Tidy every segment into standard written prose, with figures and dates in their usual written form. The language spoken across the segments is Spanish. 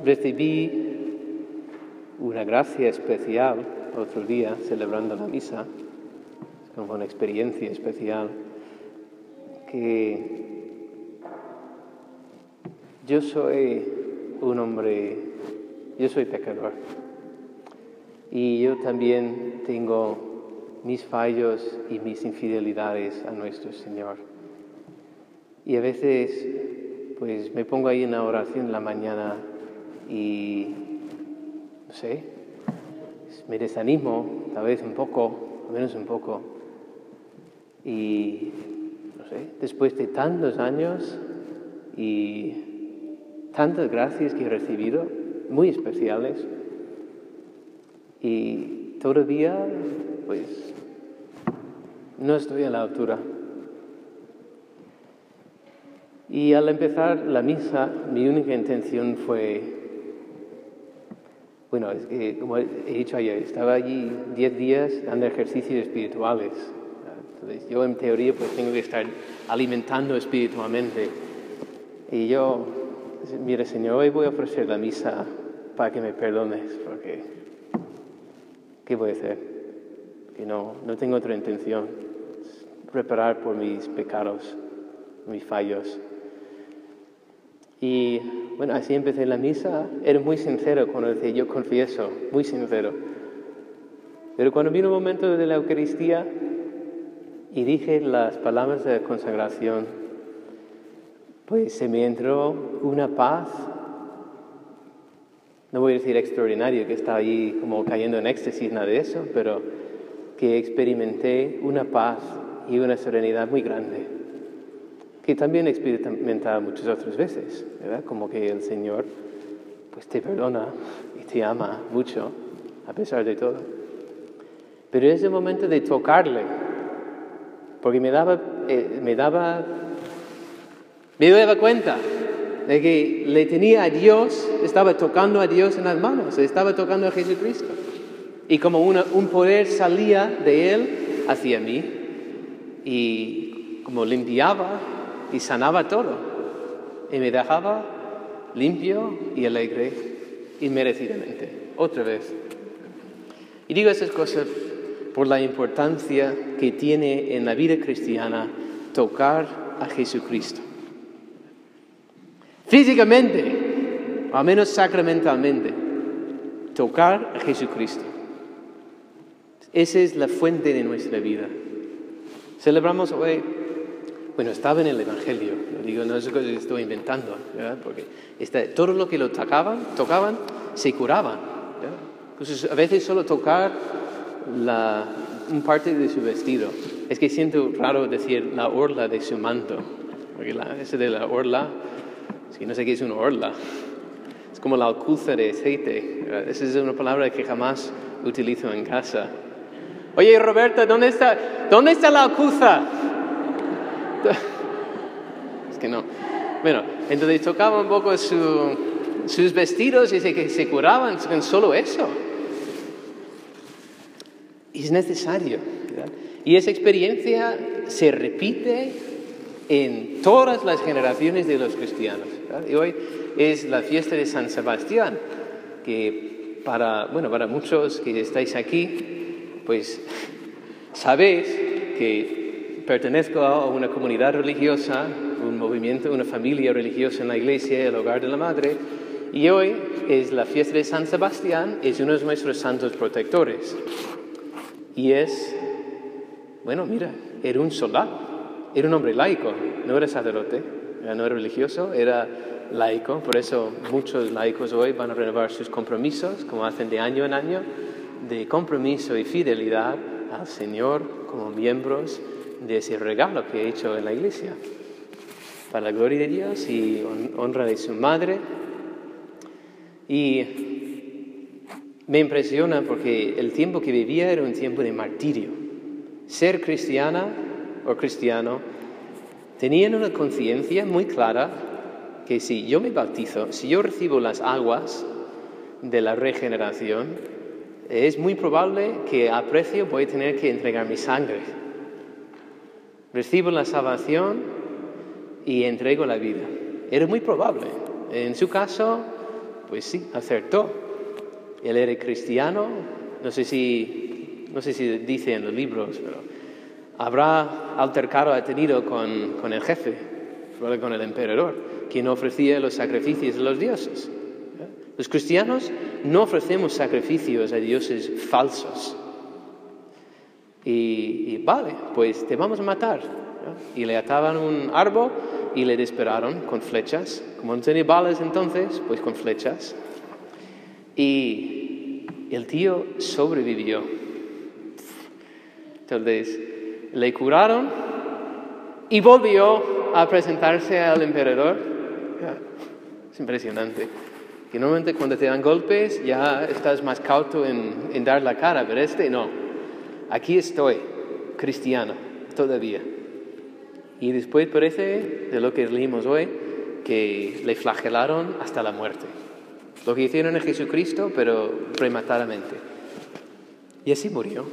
Recibí una gracia especial otro día celebrando la misa, como una experiencia especial, que yo soy un hombre, yo soy pecador y yo también tengo mis fallos y mis infidelidades a nuestro Señor. Y a veces pues me pongo ahí en la oración en la mañana y, no sé, me desanimo, tal vez un poco, al menos un poco. Y, no sé, después de tantos años y tantas gracias que he recibido, muy especiales, y todavía, pues, no estoy a la altura. Y al empezar la misa, mi única intención fue, bueno, es que, como he dicho ayer, estaba allí 10 días dando ejercicios espirituales. Entonces, yo en teoría pues tengo que estar alimentando espiritualmente. Y yo, mire Señor, hoy voy a ofrecer la misa para que me perdones, porque ¿qué voy a hacer? Que no tengo otra intención. Reparar por mis pecados, mis fallos. Y bueno, así empecé la misa. Era muy sincero cuando decía yo confieso, muy sincero. Pero cuando vino el momento de la Eucaristía y dije las palabras de la consagración, pues se me entró una paz, no voy a decir extraordinario, que estaba allí como cayendo en éxtasis, nada de eso, pero que experimenté una paz y una serenidad muy grande, que también he experimentado muchas otras veces, ¿verdad? Como que el Señor pues te perdona y te ama mucho, a pesar de todo. Pero es el momento de tocarle, porque me daba cuenta de que le tenía a Dios, estaba tocando a Dios en las manos, estaba tocando a Jesucristo. Y como un poder salía de Él hacia mí y como limpiaba y sanaba todo. Y me dejaba limpio y alegre inmerecidamente, otra vez. Y digo esas cosas por la importancia que tiene en la vida cristiana tocar a Jesucristo. Físicamente, o al menos sacramentalmente, tocar a Jesucristo. Esa es la fuente de nuestra vida. Celebramos hoy, bueno, estaba en el Evangelio, lo digo, no es cosa que estoy inventando, ¿verdad? Porque todo lo que lo tocaban, se curaban, ¿verdad? Entonces, a veces solo tocar un parte de su vestido. Es que siento raro decir la orla de su manto, porque ese de la orla, si no sé qué es una orla, es como la alcuza de aceite, ¿verdad? Esa es una palabra que jamás utilizo en casa. Oye, Roberta, ¿dónde está la alcuza? Es que no. Bueno, entonces tocaba un poco sus vestidos y que se curaban con solo eso. Y es necesario, ¿verdad? Y esa experiencia se repite en todas las generaciones de los cristianos, ¿verdad? Y hoy es la fiesta de San Sebastián, que para muchos que estáis aquí, pues sabéis que pertenezco a una comunidad religiosa, un movimiento, una familia religiosa en la iglesia, el hogar de la Madre, y hoy es la fiesta de San Sebastián, es uno de nuestros santos protectores. Y era un soldado, era un hombre laico, no era sacerdote, no era religioso, era laico. Por eso muchos laicos hoy van a renovar sus compromisos, como hacen de año en año, de compromiso y fidelidad al Señor como miembros de ese regalo que he hecho en la iglesia, para la gloria de Dios y honra de su madre. Y me impresiona porque el tiempo que vivía era un tiempo de martirio. Ser cristiana o cristiano tenían una conciencia muy clara que si yo me bautizo, si yo recibo las aguas de la regeneración, es muy probable que a precio voy a tener que entregar mi sangre. Recibo la salvación y entrego la vida. Era muy probable. En su caso, pues sí, acertó. Él era cristiano, no sé si dice en los libros, pero habrá altercado, ha tenido con el jefe, con el emperador, quien ofrecía los sacrificios a los dioses. Los cristianos no ofrecemos sacrificios a dioses falsos. Y vale, pues te vamos a matar. Y le ataban un árbol y le dispararon con flechas. Como no tenía balas entonces, pues con flechas. Y el tío sobrevivió. Entonces, le curaron y volvió a presentarse al emperador. Es impresionante. Que normalmente cuando te dan golpes ya estás más cauto en dar la cara, pero no. Aquí estoy, cristiano, todavía. Y después parece, de lo que leímos hoy, que le flagelaron hasta la muerte. Lo que hicieron a Jesucristo, pero prematadamente. Y así murió.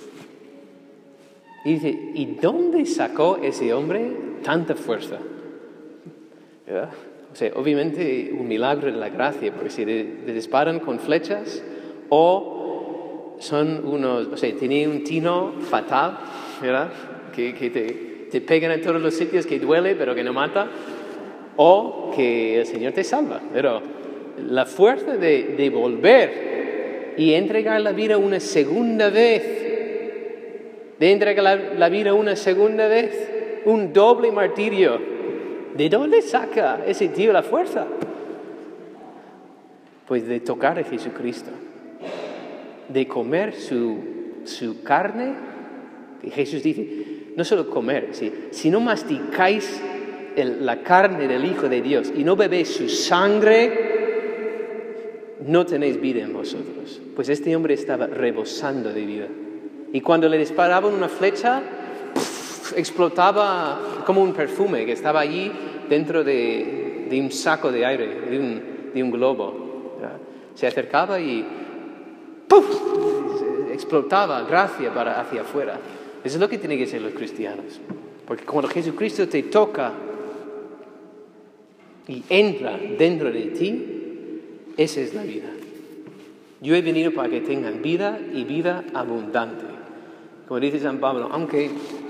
Y dice, ¿y dónde sacó ese hombre tanta fuerza? ¿Verdad? O sea, obviamente un milagro de la gracia, porque si le disparan con flechas o son unos, o sea, tiene un tino fatal, ¿verdad? Que te pegan en todos los sitios, que duele pero que no mata, o que el Señor te salva. Pero la fuerza de volver y entregar la vida una segunda vez, un doble martirio. ¿De dónde saca ese tío la fuerza? Pues de tocar a Jesucristo, de comer su carne. Y Jesús dice, no solo comer, si no masticáis la carne del Hijo de Dios y no bebéis su sangre, no tenéis vida en vosotros. Pues este hombre estaba rebosando de vida. Y cuando le disparaban una flecha, explotaba como un perfume que estaba allí dentro de un saco de aire, de un globo. Se acercaba y ¡puf! Explotaba gracia hacia afuera. Eso es lo que tienen que ser los cristianos. Porque cuando Jesucristo te toca y entra dentro de ti, esa es la vida. Yo he venido para que tengan vida y vida abundante. Como dice San Pablo, aunque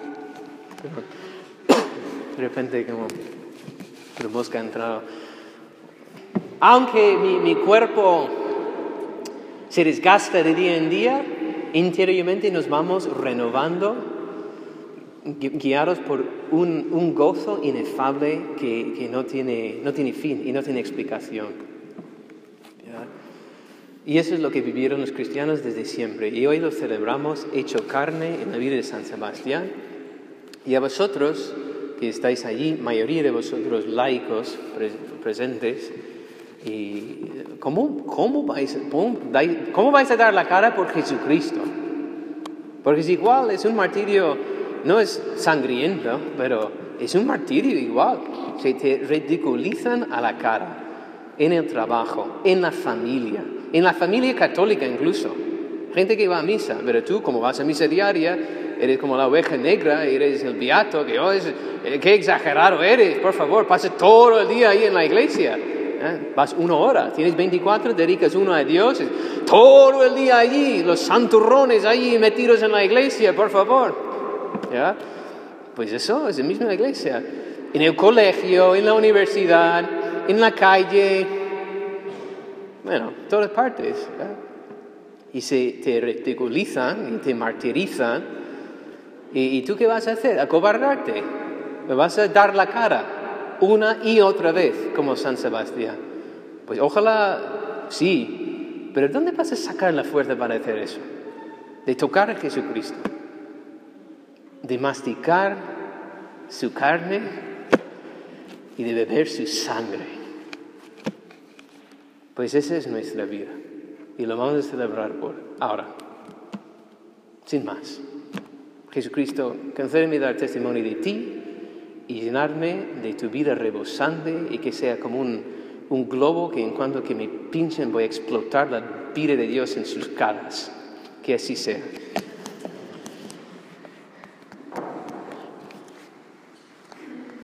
de repente como la mosca ha entrado. Aunque mi cuerpo se desgasta de día en día, interiormente nos vamos renovando, guiados por un gozo inefable que no tiene fin y no tiene explicación. ¿Ya? Y eso es lo que vivieron los cristianos desde siempre. Y hoy lo celebramos hecho carne en la vida de San Sebastián. Y a vosotros, que estáis allí, mayoría de vosotros laicos presentes, y ¿cómo vais a dar la cara por Jesucristo? Porque es igual, es un martirio, no es sangriento, pero es un martirio igual. Se te ridiculizan a la cara, en el trabajo, en la familia católica incluso. Gente que va a misa, pero tú, como vas a misa diaria, eres como la oveja negra, eres el beato, qué exagerado eres, por favor, pasas todo el día ahí en la iglesia. Vas 1 hora, tienes 24, dedicas 1 a Dios, todo el día allí, los santurrones allí metidos en la iglesia, por favor. ¿Ya? Pues eso es la misma iglesia. En el colegio, en la universidad, en la calle, bueno, todas partes. ¿Ya? Y te ridiculizan y te martirizan. ¿Y tú qué vas a hacer? ¿Acobardarte? ¿Me vas a dar la cara una y otra vez como San Sebastián? Pues ojalá sí, pero ¿dónde vas a sacar la fuerza para hacer eso? De tocar a Jesucristo, de masticar su carne y de beber su sangre. Pues esa es nuestra vida y lo vamos a celebrar por ahora, sin más. Jesucristo, concédeme dar testimonio de ti y llenarme de tu vida rebosante y que sea como un globo que en cuanto que me pinchen voy a explotar la vida de Dios en sus caras. Que así sea.